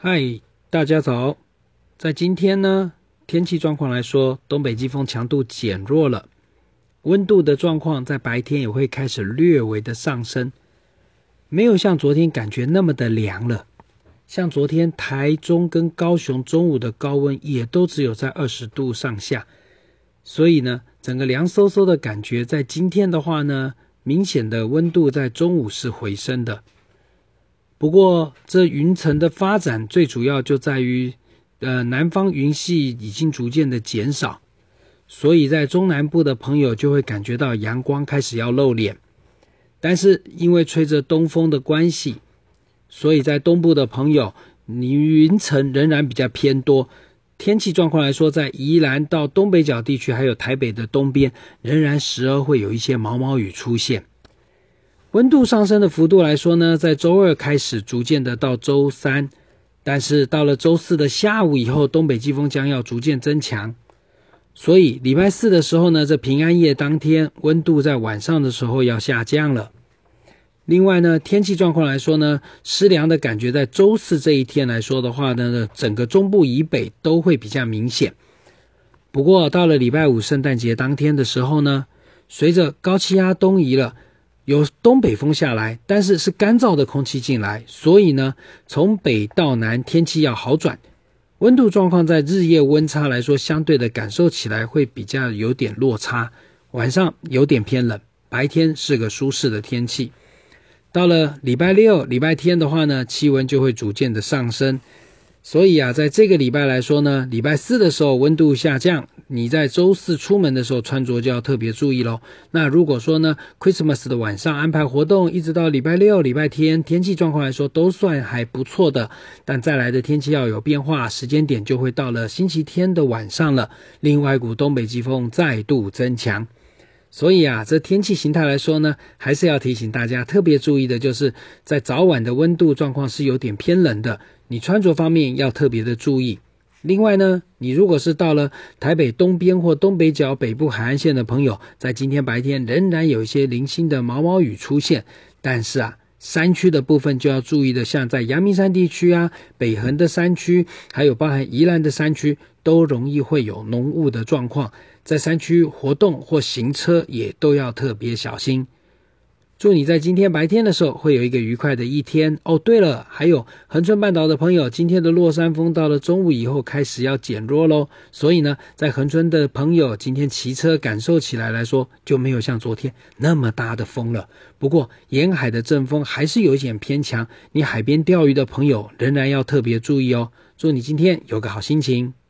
嗨，大家早！在今天呢，天气状况来说，东北季风强度减弱了，温度的状况在白天也会开始略微的上升，没有像昨天感觉那么的凉了。像昨天台中跟高雄中午的高温也都只有在20度上下，所以呢，整个凉飕飕的感觉在今天的话呢，明显的温度在中午是回升的。不过这云层的发展最主要就在于南方云系已经逐渐的减少，所以在中南部的朋友就会感觉到阳光开始要露脸，但是因为吹着东风的关系，所以在东部的朋友你云层仍然比较偏多，天气状况来说，在宜兰到东北角地区还有台北的东边仍然时而会有一些毛毛雨出现。温度上升的幅度来说呢，在周二开始逐渐的到周三，但是到了周四的下午以后，东北季风将要逐渐增强，所以礼拜四的时候呢，这平安夜当天温度在晚上的时候要下降了。另外呢，天气状况来说呢，湿凉的感觉在周四这一天来说的话呢，整个中部以北都会比较明显。不过到了礼拜五圣诞节当天的时候呢，随着高气压东移了，有东北风下来，但是是干燥的空气进来，所以呢，从北到南天气要好转，温度状况在日夜温差来说，相对的感受起来会比较有点落差，晚上有点偏冷，白天是个舒适的天气。到了礼拜六、礼拜天的话呢，气温就会逐渐的上升，所以在这个礼拜来说呢，礼拜四的时候温度下降，你在周四出门的时候穿着就要特别注意咯。那如果说呢 Christmas 的晚上安排活动，一直到礼拜六、礼拜天，天气状况来说都算还不错的，但再来的天气要有变化，时间点就会到了星期天的晚上了，另外一股东北季风再度增强。所以这天气形态来说呢，还是要提醒大家特别注意的，就是在早晚的温度状况是有点偏冷的，你穿着方面要特别的注意。另外呢，你如果是到了台北东边或东北角北部海岸线的朋友，在今天白天仍然有一些零星的毛毛雨出现，但是山区的部分就要注意的，像在阳明山地区北横的山区，还有包含宜兰的山区，都容易会有浓雾的状况，在山区活动或行车也都要特别小心。祝你在今天白天的时候会有一个愉快的一天哦。对了，还有恒春半岛的朋友，今天的落山风到了中午以后开始要减弱咯，所以呢，在恒春的朋友今天骑车感受起来来说就没有像昨天那么大的风了，不过沿海的阵风还是有一点偏强，你海边钓鱼的朋友仍然要特别注意哦。祝你今天有个好心情。